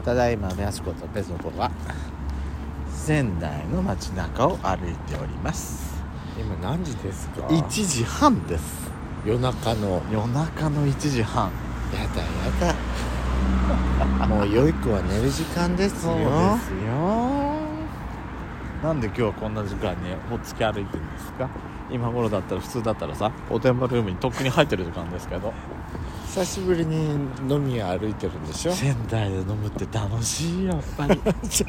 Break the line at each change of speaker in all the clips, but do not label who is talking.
ただいまやすことペソコは仙台の街中を歩いております。
今何時ですか
1時半です。
夜中の
1時半。
やだもう良い子は寝る時間ですよ。
そうですよ。なんで今日はこんな時間にほっつき歩いてるんですか。今頃だったら普通だったらさ、おてんばルームにとっくに入ってる時間ですけど、
久しぶりに飲み屋歩いてるんでしょ。
仙台で飲むって楽しい。やっぱり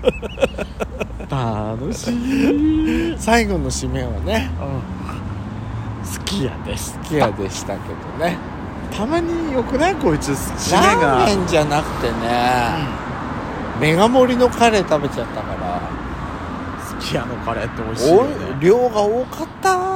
楽しい。
最後の締めはね、
すき家でし
好き家でしたけどね。
たまによくないこいつ締め
ラ
が。
ーメンじゃなくてね、メガ盛りのカレー食べちゃったから
すき家のカレーって美味しいよね。
量が多かった。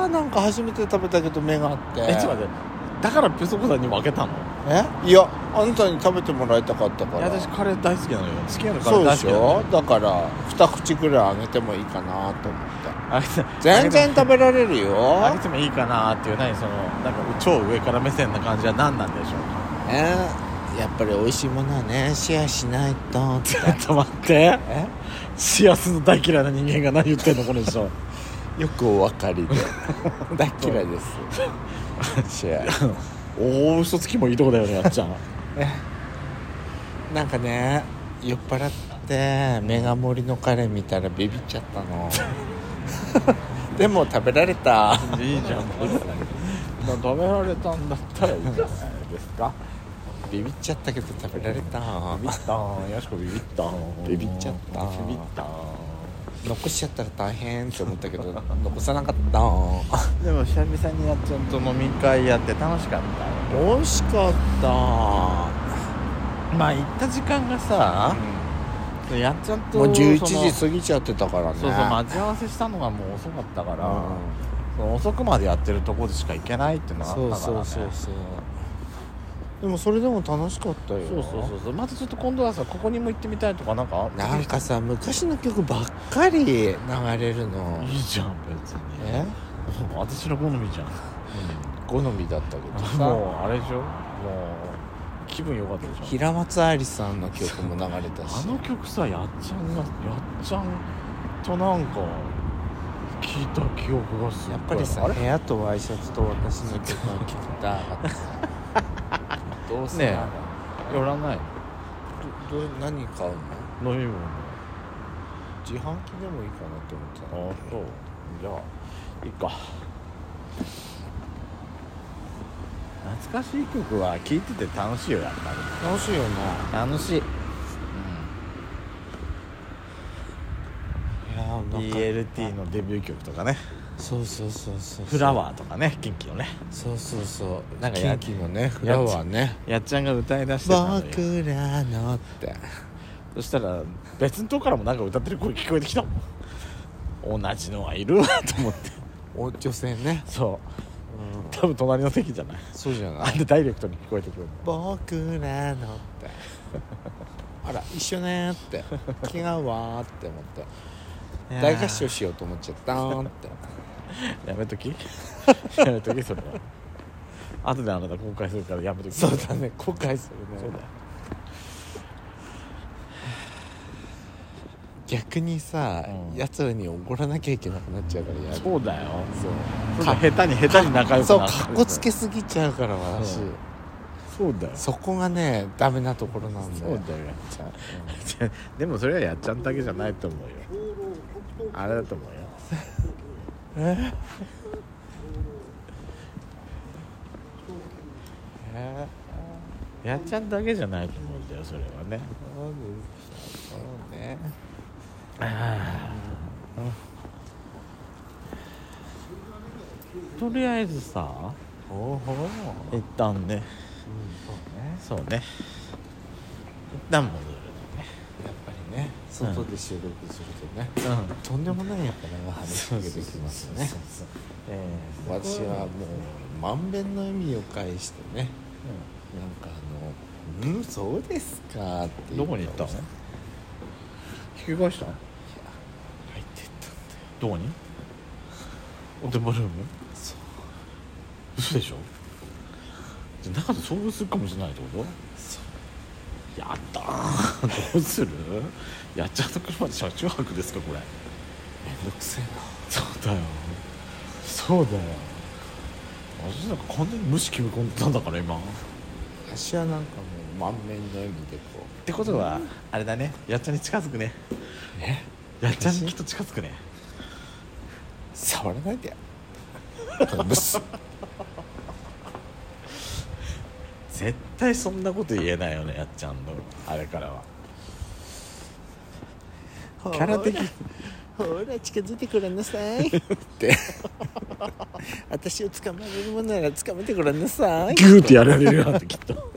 なんか初めて食べたけど目があって。
ちょっと待って、だからペソコさんに分けたの？
いや、あんたに食べてもらいたかったか
いや
ら。
私カレー大好きなのよ。すき家のカレ
そうで
ー大好きなの
しょ。
よ。
だから2口ぐらいあげてもいいかなと思って。
あげて
全然食べられるよ。
あげてもいいかなっていう、何そのなんか超上から目線な感じは何なんでしょうか。
やっぱり美味しいものはねシェアしないと。
ちょっと待って、シェアするの大嫌いな人間が何言ってんのこの人。
よくお分かりで大嫌いですシェア。
大嘘つきもいいとこだよね、やっちゃん。
なんかね、酔っ払ってメガ盛りのカレー見たらビビっちゃったのでも食べられた。
いいじゃん。食べられたんだったらいいじゃないですか。
ビビっちゃったけど食べられた。
ビビったー。やしこビビったー。
ビビっちゃった
ビビったー。
残しちゃったら大変って思ったけど残さなかった
でも久々にやっちゃんと飲み会やって楽しかったよ。
美味しかった。
まあ行った時間がさ、やっちゃんと
もう11
その
時過ぎちゃってたからね。
そう待ち合わせしたのがもう遅かったから、
うん
その遅くまでやってるとこでしか行けないっていうのがあったからね。
そうでもそれでも楽しかったよ。
そうまたちょっと今度はさ、ここにも行ってみたいとかなんか
なんかさ、昔の曲ばっかり流れるの。
いいじゃん別に。私の好みじゃん。
好みだったけどさ、
もうあれでしょ、もう気分良かったでしょ。
平松愛理さんの曲も流れたし
あの曲さ、やっちゃんとなんか聞いた記憶がする。
やっぱりさ、部屋とワイシャツと私の曲が聞きたどうせ
ねえ、寄らない。
何買うの？
飲み物
自販機でもいいかなって思ってた。
そう。じゃあいいか。懐かしい曲は聴いてて楽しいよ、やっぱり。
楽しいよね。
楽しい。ELT のデビュー曲とかね。
そう
フラワーとかね、キンキのね。
そう
なんか
キンキのね、フラワーね。
やっちゃんが歌い出してたのよ。
僕らのって
そしたら別のとこからもなんか歌ってる声聞こえてきたもん。同じのはいるわと思って。
女性ね。
そう、多分隣の席じゃない。
そうじゃない。
あんでダイレクトに聞こえてくる。
僕らのってあら一緒ねって気が合うわって思って大合唱しようと思っちゃったーって
やめときやめとき、それは後であなた後悔するからやめとき。
そうだね、後悔するね。
そうだよ。
逆にさ、奴らにおごらなきゃいけなくなっちゃうからやる。
そうだよ。
そう
下手に仲良く
そう、
なる。
かっこつけすぎちゃうから私。
そうだよ。
そこがねダメなところなんだよ。
そうだよ、やっちゃん。でもそれはやっちゃんだけじゃないと思うよ。あれだと思うよ。やっちゃんだけじゃないと思うんだよ、それはね。
そうね。
とりあえずさ、一旦ね、そうね、一旦戻る
やっぱりね、外で収録するとね、とんでもないやっぱり話しかけてきますね。私はもう満遍の笑みを返してね、なんかそうですかっていう。
どこに行ったの？引き返した？
入ってったんだよ。
どこに？おてんばルーム？
そう
嘘でしょ？じゃ中で遭遇するかもしれないってこと？
そう。
やったーどうする？やっちゃんの車で車中泊ですかこれ。
めんどくせえな。
そうだよそうだよ。私なんか完全に無視決め込んでたんだから今。
私はなんかもう満面の笑みでこ
ってことはあれだね、やっちゃんに近づくね。やっちゃんにきっと近づくね。
触らないでブス
絶対そんなこと言えないよね、やっちゃんのあれからは。キャラ的
ほら近づいてくれなさいって私を捕まえるものなら捕まえてくれなさい。
グーってやられるよってきっと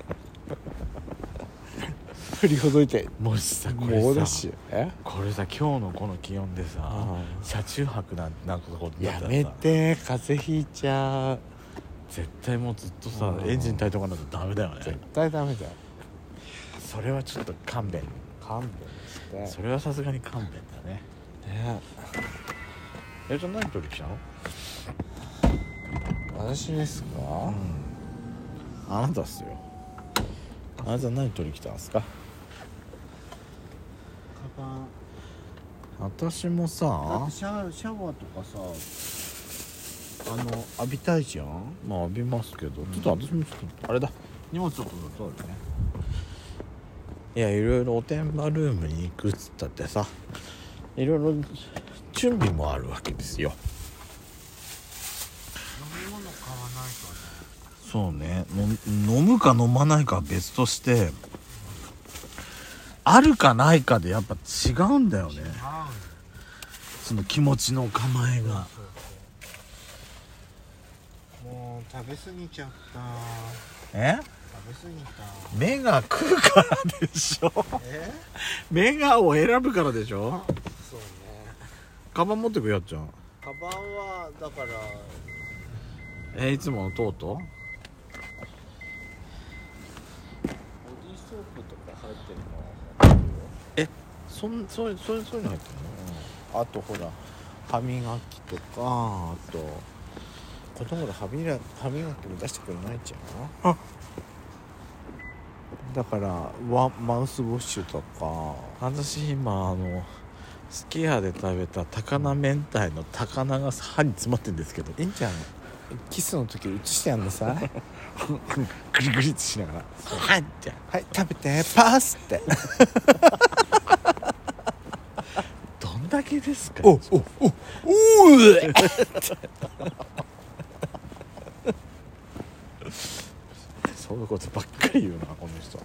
振りほどいて
もしさこれさ
猛ダッシュ
これさ今日のこの気温でさ車中泊なんてなんかことだったらさ
やめて風邪ひいちゃう。
絶対もうずっとさエンジン炊いとかないとダメだよね。
絶対ダメだよ。
それはちょっと勘弁。
勘弁して
それはさすがに勘弁だね。
ね。
じゃあ何取り来たの？
私ですか？
あなたっすよ。あなた何取り来たんですか？
カバン。
私もさ
シャワーとかさ浴びたいじゃん。
まあ浴びますけど、ちょっと私もちょっとあれだ、荷物ちょっと取るね。いやいろいろおてんばルームに行くっつったってさ、いろいろ準備もあるわけですよ。
飲み物買わないとね。
そうね、飲むか飲まないかは別として、あるかないかでやっぱ違うんだよね。その気持ちの構えが。
もう食べ過ぎちゃった。食べ過ぎた。
目が食うからでしょ。目がを選ぶからでしょ。
そうね。
カバン持ってくやっちゃん。
カバンはだから
いつものトート？
ボディーソープとか入ってるの入ってるよ。
そういうの入ってるの？
あとほら歯磨きとか、あと子供が歯磨きも出してくれないじゃん。だからマウスウォッシュとか。
私今すき家で食べた高菜明太の高菜が歯に詰まってるんですけど、
いいんじゃん。キスの時映してやんなさい
グリグリってしながらはいって
はい食べてパースって
どんだけですか？
お
そういうことばっかり言うなこの人。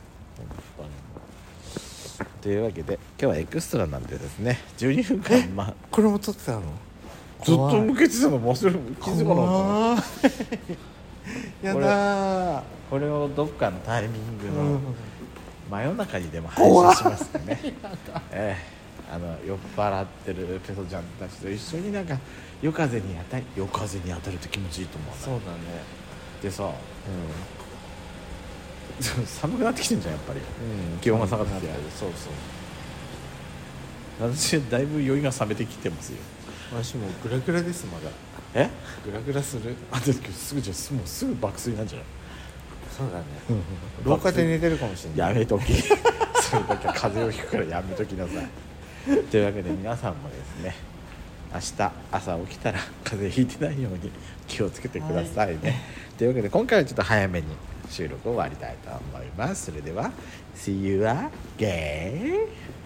というわけで今日はエクストラなんでですね、12分間
これも撮ってたの？
ずっと向けてたの忘れる気づかなかった。
やだー。
これをどっかのタイミングの真夜中にでも配信しますかね。酔っ払ってるペソちゃんたちと一緒になんか夜風に当たると気持ちいいと思う。
そうだね。
でさ、寒くなってきてんじゃんやっぱり、気温が下がってきて。
そうそう。
私だいぶ酔いが冷めてきてますよ。
私もうグラグラですまだ。グラグラする。
あ、すぐじゃもうすぐ爆睡なんじゃない？
そうだね。廊下で寝てるかもしれない。
やめときそれだけ風邪をひくからやめときなさいというわけで皆さんもですね、明日朝起きたら風邪ひいてないように気をつけてくださいね、というわけで今回はちょっと早めに収録を終わりたいと思います。それでは See you again